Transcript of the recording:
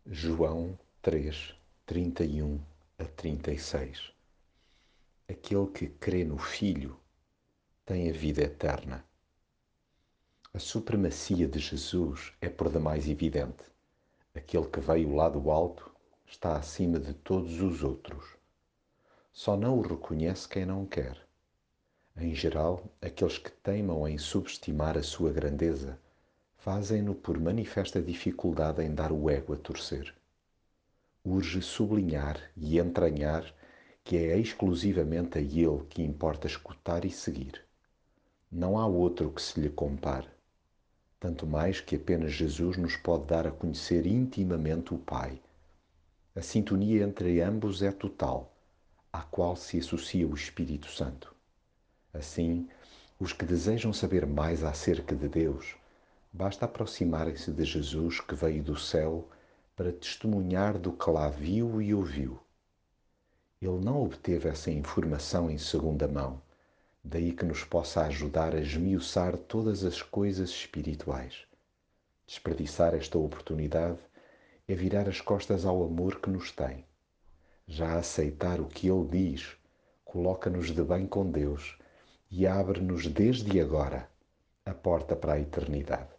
João 3, 31 a 36. Aquele que crê no Filho tem a vida eterna. A supremacia de Jesus é por demais evidente. Aquele que veio lá do alto está acima de todos os outros. Só não o reconhece quem não quer. Em geral, aqueles que teimam em subestimar a sua grandeza fazem-no por manifesta dificuldade em dar o ego a torcer. Urge sublinhar e entranhar que é exclusivamente a ele que importa escutar e seguir. Não há outro que se lhe compare, tanto mais que apenas Jesus nos pode dar a conhecer intimamente o Pai. A sintonia entre ambos é total, à qual se associa o Espírito Santo. Assim, os que desejam saber mais acerca de Deus, basta aproximarem-se de Jesus que veio do céu para testemunhar do que lá viu e ouviu. Ele não obteve essa informação em segunda mão, daí que nos possa ajudar a esmiuçar todas as coisas espirituais. Desperdiçar esta oportunidade é virar as costas ao amor que nos tem. Já aceitar o que Ele diz coloca-nos de bem com Deus e abre-nos desde agora a porta para a eternidade.